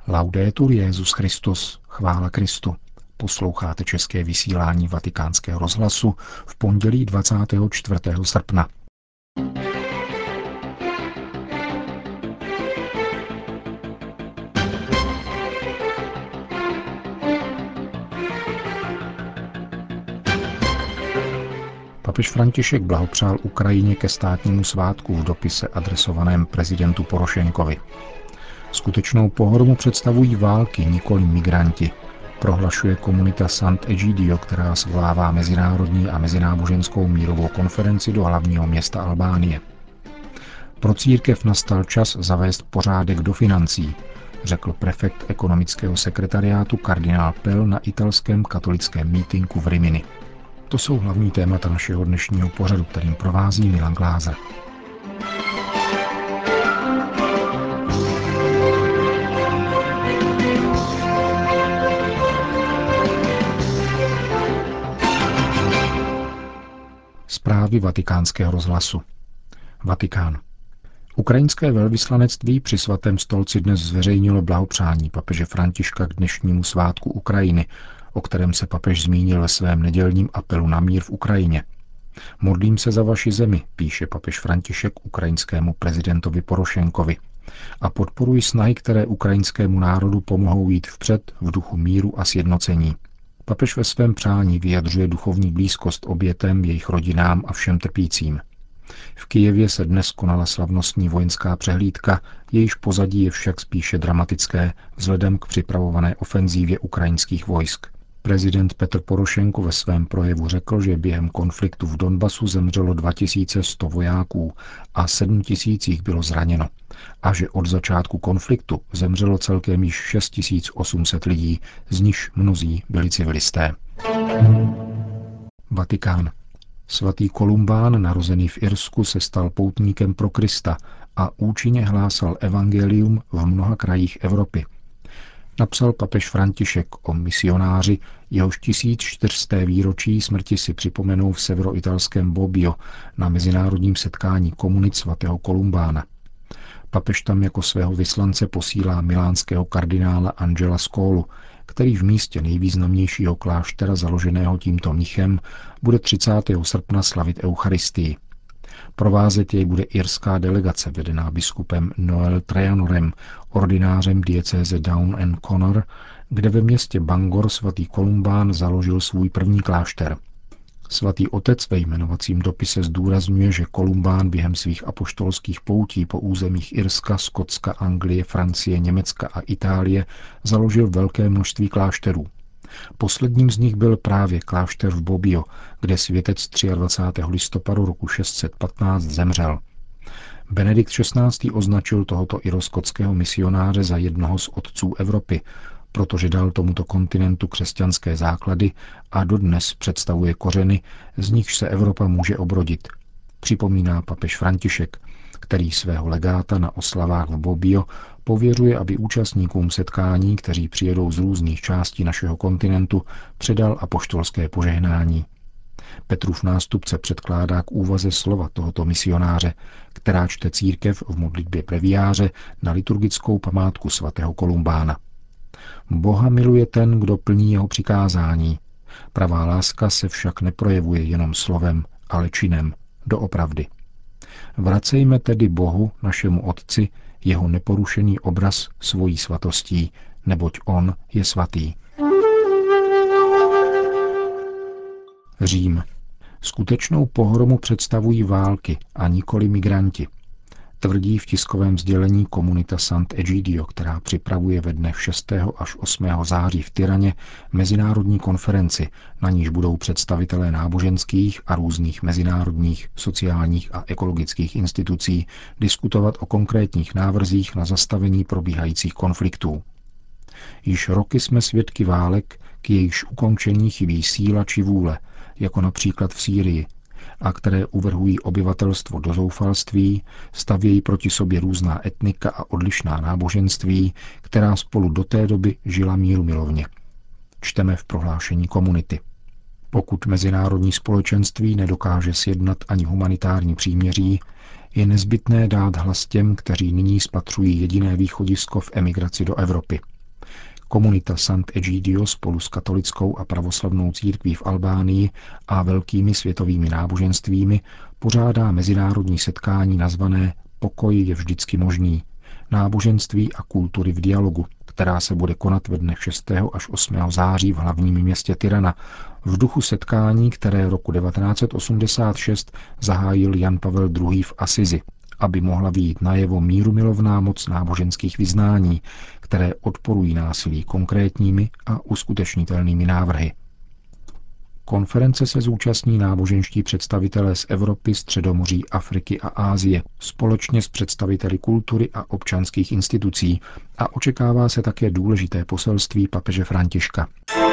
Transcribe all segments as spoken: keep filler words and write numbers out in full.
Laudetur Jesus Christus, chvála Kristu. Posloucháte české vysílání Vatikánského rozhlasu v pondělí dvacátého čtvrtého srpna. Papež František blahopřál Ukrajině ke státnímu svátku v dopise adresovaném prezidentu Porošenkovi. Skutečnou pohromu představují války, nikoli migranti, prohlašuje komunita Sant'Egidio, která svolává mezinárodní a mezináboženskou mírovou konferenci do hlavního města Albánie. Pro církev nastal čas zavést pořádek do financí, řekl prefekt ekonomického sekretariátu kardinál Pell na italském katolickém mítinku v Rimini. To jsou hlavní témata našeho dnešního pořadu, kterým provází Milan Glázer. Zprávy Vatikánského rozhlasu. Vatikán. Ukrajinské velvyslanectví při svatém stolci dnes zveřejnilo blahopřání papeže Františka k dnešnímu svátku Ukrajiny, o kterém se papež zmínil ve svém nedělním apelu na mír v Ukrajině. Modlím se za vaši zemi, píše papež František ukrajinskému prezidentovi Porošenkovi, a podporuji snahy, které ukrajinskému národu pomohou jít vpřed v duchu míru a sjednocení. Papež ve svém přání vyjadřuje duchovní blízkost obětem, jejich rodinám a všem trpícím. V Kyjevě se dnes konala slavnostní vojenská přehlídka, jejíž pozadí je však spíše dramatické vzhledem k připravované ofenzívě ukrajinských vojsk. Prezident Petr Porošenko ve svém projevu řekl, že během konfliktu v Donbasu zemřelo dva tisíce sto vojáků a sedm tisíc jich bylo zraněno a že od začátku konfliktu zemřelo celkem již šest tisíc osm set lidí, z nichž mnozí byli civilisté. Vatikán. Svatý Kolumbán, narozený v Irsku, se stal poutníkem pro Krista a účinně hlásal evangelium v mnoha krajích Evropy. Napsal papež František o misionáři, jehož tisíc čtyřsté výročí smrti si připomenou v severoitalském Bobbio na mezinárodním setkání komunit svatého Kolumbána. Papež tam jako svého vyslance posílá milánského kardinála Angela Scolu, který v místě nejvýznamnějšího kláštera založeného tímto mnichem bude třicátého srpna slavit Eucharistii. Provázet jej bude irská delegace vedená biskupem Noel Trajanorem, ordinářem diecéze Down and Connor, kde ve městě Bangor svatý Kolumbán založil svůj první klášter. Svatý otec ve jmenovacím dopise zdůrazňuje, že Kolumbán během svých apoštolských poutí po územích Irska, Skotska, Anglie, Francie, Německa a Itálie založil velké množství klášterů. Posledním z nich byl právě klášter v Bobbio, kde světec dvacátého třetího listopadu roku šest set patnáct zemřel. Benedikt šestnáctý označil tohoto iroskotského misionáře za jednoho z otců Evropy, protože dal tomuto kontinentu křesťanské základy a dodnes představuje kořeny, z nichž se Evropa může obrodit. Připomíná papež František, který svého legáta na oslavách v Bobbio pověřuje, aby účastníkům setkání, kteří přijedou z různých částí našeho kontinentu, předal apoštolské požehnání. Petrův nástupce předkládá k úvaze slova tohoto misionáře, která čte církev v modlitbě breviáře na liturgickou památku svatého Kolumbána. Boha miluje ten, kdo plní jeho přikázání. Pravá láska se však neprojevuje jenom slovem, ale činem, doopravdy. Vracejme tedy Bohu, našemu Otci, jeho neporušený obraz svojí svatostí, neboť on je svatý. Řím. Skutečnou pohromu představují války a nikoli migranti, tvrdí v tiskovém sdělení komunita Sant'Egidio, která připravuje ve dnech šestého až osmého září v Tiraně mezinárodní konferenci, na níž budou představitelé náboženských a různých mezinárodních, sociálních a ekologických institucí diskutovat o konkrétních návrzích na zastavení probíhajících konfliktů. Již roky jsme svědky válek, k jejichž ukončení chybí síla či vůle, jako například v Sýrii, a které uvrhují obyvatelstvo do zoufalství, stavějí proti sobě různá etnika a odlišná náboženství, která spolu do té doby žila mírumilovně. Čteme v prohlášení komunity. Pokud mezinárodní společenství nedokáže sjednat ani humanitární příměří, je nezbytné dát hlas těm, kteří nyní spatřují jediné východisko v emigraci do Evropy. Komunita Sant'Egidio spolu s katolickou a pravoslavnou církví v Albánii a velkými světovými náboženstvími pořádá mezinárodní setkání nazvané Pokoj je vždycky možný. Náboženství a kultury v dialogu, která se bude konat ve dnech šestého až osmého září v hlavním městě Tirana, v duchu setkání, které roku devatenáct set osmdesát šest zahájil Jan Pavel druhý. V Asizi, aby mohla vyjít najevo mírumilovná moc náboženských vyznání, které odporují násilí konkrétními a uskutečnitelnými návrhy. Konference se zúčastní náboženští představitelé z Evropy, Středomoří, Afriky a Asie společně s představiteli kultury a občanských institucí a očekává se také důležité poselství papeže Františka.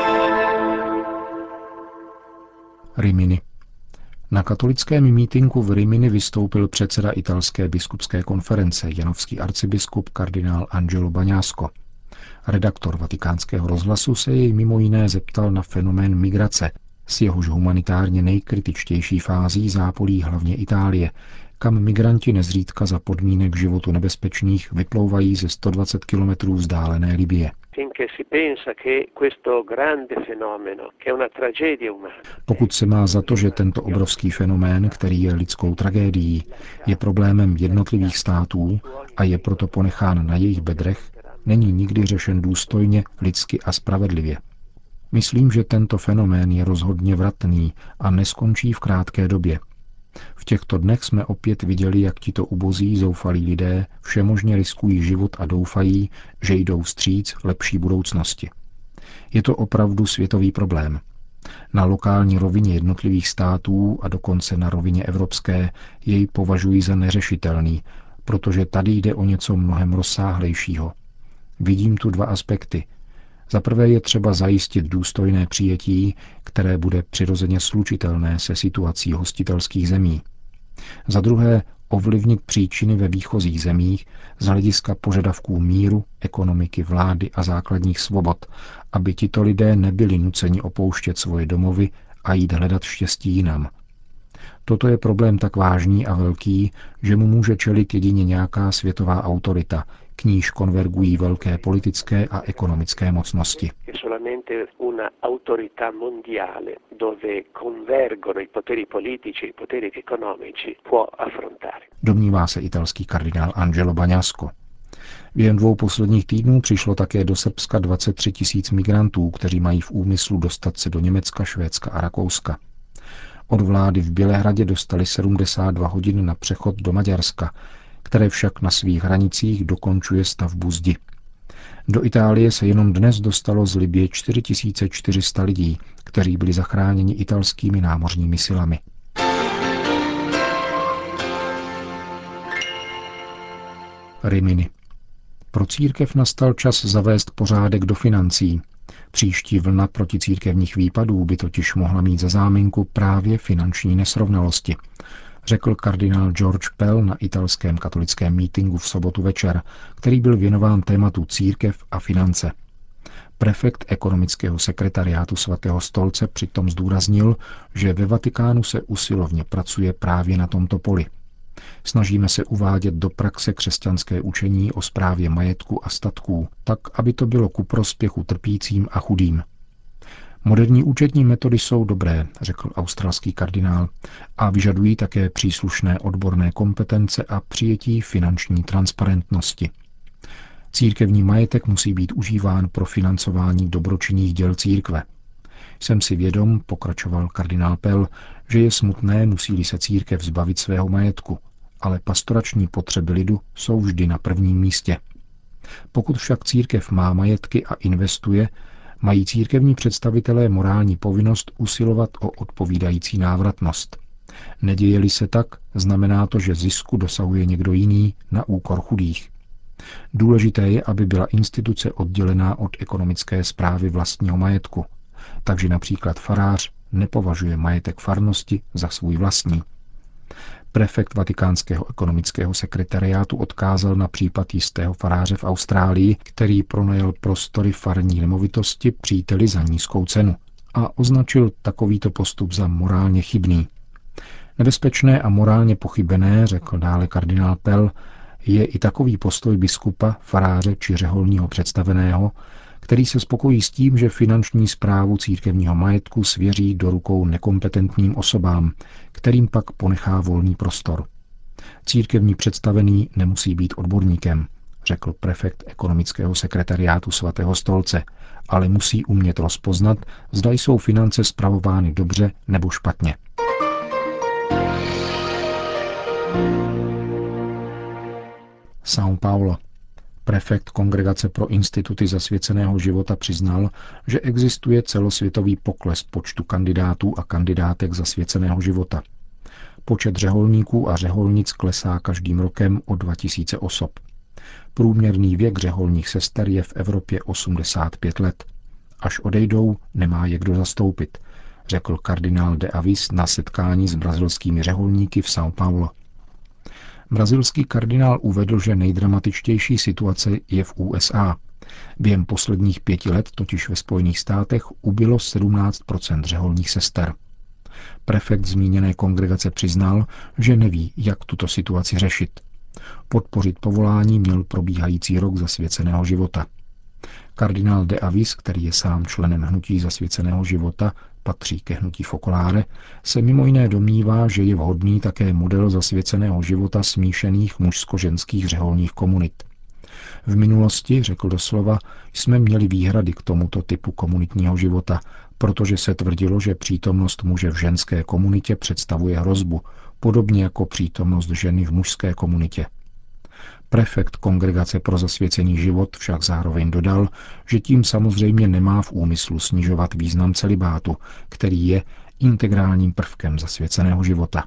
Rimini. Na katolickém mítinku v Rimini vystoupil předseda italské biskupské konference, janovský arcibiskup kardinál Angelo Bagnasco. Redaktor Vatikánského rozhlasu se jej mimo jiné zeptal na fenomén migrace, s jehož humanitárně nejkritičtější fází zápolí hlavně Itálie, kam migranti nezřídka za podmínek životu nebezpečných vyplouvají ze sto dvacet kilometrů vzdálené Libye. Pokud se má za to, že tento obrovský fenomén, který je lidskou tragédií, je problémem jednotlivých států a je proto ponechán na jejich bedrech, není nikdy řešen důstojně, lidsky a spravedlivě. Myslím, že tento fenomén je rozhodně vratný a neskončí v krátké době. V těchto dnech jsme opět viděli, jak tito ubozí, zoufalí lidé všemožně riskují život a doufají, že jdou vstříc lepší budoucnosti. Je to opravdu světový problém. Na lokální rovině jednotlivých států a dokonce na rovině evropské jej považují za neřešitelný, protože tady jde o něco mnohem rozsáhlejšího. Vidím tu dva aspekty. Za prvé je třeba zajistit důstojné přijetí, které bude přirozeně slučitelné se situací hostitelských zemí. Za druhé ovlivnit příčiny ve výchozích zemích z hlediska požadavků míru, ekonomiky, vlády a základních svobod, aby tito lidé nebyli nuceni opouštět svoje domovy a jít hledat štěstí jinam. Toto je problém tak vážný a velký, že mu může čelit jedině nějaká světová autorita, k níž konvergují velké politické a ekonomické mocnosti. Domnívá se italský kardinál Angelo Bagnasco. Během dvou posledních týdnů přišlo také do Srbska dvacet tři tisíc migrantů, kteří mají v úmyslu dostat se do Německa, Švédska a Rakouska. Od vlády v Bělehradě dostali sedmdesát dva hodin na přechod do Maďarska, které však na svých hranicích dokončuje stavbu zdi. Do Itálie se jenom dnes dostalo z Libye čtyři tisíce čtyři sta lidí, kteří byli zachráněni italskými námořními silami. Rimini. Pro církev nastal čas zavést pořádek do financí. Příští vlna proticírkevních výpadů by totiž mohla mít za záminku právě finanční nesrovnalosti, řekl kardinál George Pell na italském katolickém mítinku v sobotu večer, který byl věnován tématu církev a finance. Prefekt ekonomického sekretariátu Svatého stolce přitom zdůraznil, že ve Vatikánu se usilovně pracuje právě na tomto poli. Snažíme se uvádět do praxe křesťanské učení o správě majetku a statků, tak, aby to bylo ku prospěchu trpícím a chudým. Moderní účetní metody jsou dobré, řekl australský kardinál, a vyžadují také příslušné odborné kompetence a přijetí finanční transparentnosti. Církevní majetek musí být užíván pro financování dobročinných děl církve. Jsem si vědom, pokračoval kardinál Pell, že je smutné, musí-li se církev zbavit svého majetku, ale pastorační potřeby lidu jsou vždy na prvním místě. Pokud však církev má majetky a investuje, mají církevní představitelé morální povinnost usilovat o odpovídající návratnost. Neděje-li se tak, znamená to, že zisku dosahuje někdo jiný na úkor chudých. Důležité je, aby byla instituce oddělená od ekonomické správy vlastního majetku. Takže například farář nepovažuje majetek farnosti za svůj vlastní. Prefekt vatikánského ekonomického sekretariátu odkázal na případ jistého faráře v Austrálii, který pronajal prostory farní nemovitosti příteli za nízkou cenu a označil takovýto postup za morálně chybný. Nebezpečné a morálně pochybené, řekl dále kardinál Pell, je i takový postoj biskupa, faráře či řeholního představeného, který se spokojí s tím, že finanční správu církevního majetku svěří do rukou nekompetentním osobám, kterým pak ponechá volný prostor. Církevní představený nemusí být odborníkem, řekl prefekt ekonomického sekretariátu Svatého stolce, ale musí umět rozpoznat, zda jsou finance spravovány dobře nebo špatně. São Paulo. Prefekt Kongregace pro instituty zasvěceného života přiznal, že existuje celosvětový pokles počtu kandidátů a kandidátek zasvěceného života. Počet řeholníků a řeholnic klesá každým rokem o dva tisíce osob. Průměrný věk řeholních sester je v Evropě osmdesát pět let. Až odejdou, nemá je kdo zastoupit, řekl kardinál de Avis na setkání s brazilskými řeholníky v São Paulo. Brazilský kardinál uvedl, že nejdramatičtější situace je v U S A. Během posledních pěti let totiž ve Spojených státech ubylo sedmnáct procent řeholních sester. Prefekt zmíněné kongregace přiznal, že neví, jak tuto situaci řešit. Podpořit povolání měl probíhající rok zasvěceného života. Kardinál de Avis, který je sám členem hnutí zasvěceného života, patří ke hnutí Focolare, se mimo jiné domnívá, že je vhodný také model zasvěceného života smíšených mužsko-ženských řeholních komunit. V minulosti, řekl doslova, jsme měli výhrady k tomuto typu komunitního života, protože se tvrdilo, že přítomnost muže v ženské komunitě představuje hrozbu, podobně jako přítomnost ženy v mužské komunitě. Prefekt Kongregace pro zasvěcený život však zároveň dodal, že tím samozřejmě nemá v úmyslu snižovat význam celibátu, který je integrálním prvkem zasvěceného života.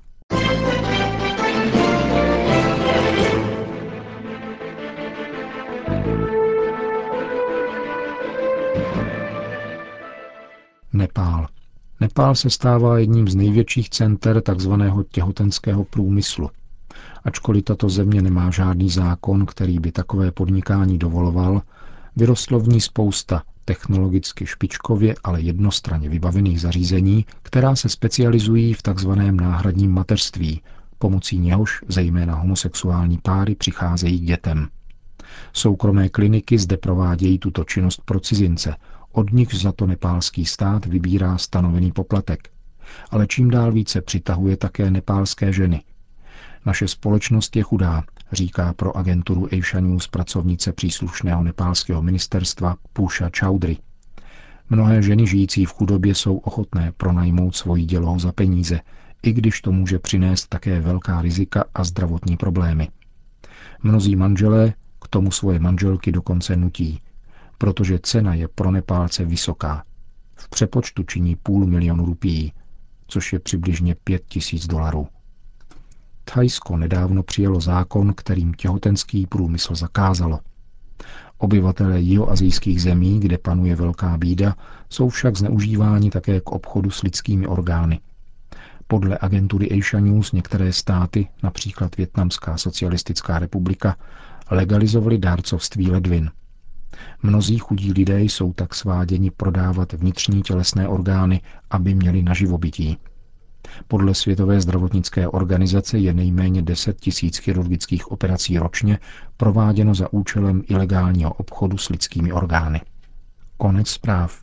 Nepál. Nepál se stává jedním z největších center tzv. Těhotenského průmyslu. Ačkoliv tato země nemá žádný zákon, který by takové podnikání dovoloval, vyrostlo v ní spousta technologicky špičkově, ale jednostranně vybavených zařízení, která se specializují v takzvaném náhradním mateřství, pomocí něhož zejména homosexuální páry přicházejí k dětem. Soukromé kliniky zde provádějí tuto činnost pro cizince, od nichž za to nepálský stát vybírá stanovený poplatek. Ale čím dál více přitahuje také nepálské ženy. Naše společnost je chudá, říká pro agenturu Asia News pracovnice příslušného nepálského ministerstva Pusha Chowdhury. Mnohé ženy žijící v chudobě jsou ochotné pronajmout svoji dělohu za peníze, i když to může přinést také velká rizika a zdravotní problémy. Mnozí manželé k tomu svoje manželky dokonce nutí, protože cena je pro Nepálce vysoká. V přepočtu činí půl milionu rupií, což je přibližně pět tisíc dolarů. Thajsko nedávno přijalo zákon, kterým těhotenský průmysl zakázalo. Obyvatelé jihoasijských zemí, kde panuje velká bída, jsou však zneužíváni také k obchodu s lidskými orgány. Podle agentury Asia News některé státy, například Vietnamská socialistická republika, legalizovaly dárcovství ledvin. Mnozí chudí lidé jsou tak sváděni prodávat vnitřní tělesné orgány, aby měli na živobytí. Podle Světové zdravotnické organizace je nejméně deset tisíc chirurgických operací ročně prováděno za účelem ilegálního obchodu s lidskými orgány. Konec zpráv.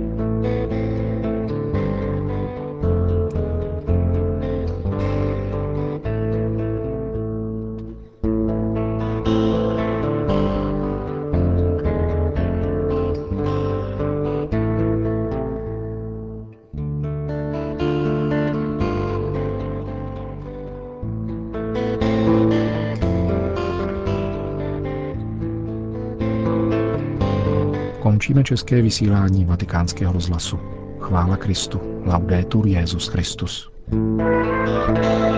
Končíme české vysílání Vatikánského rozhlasu. Chvála Kristu. Laudetur Jesus Christus.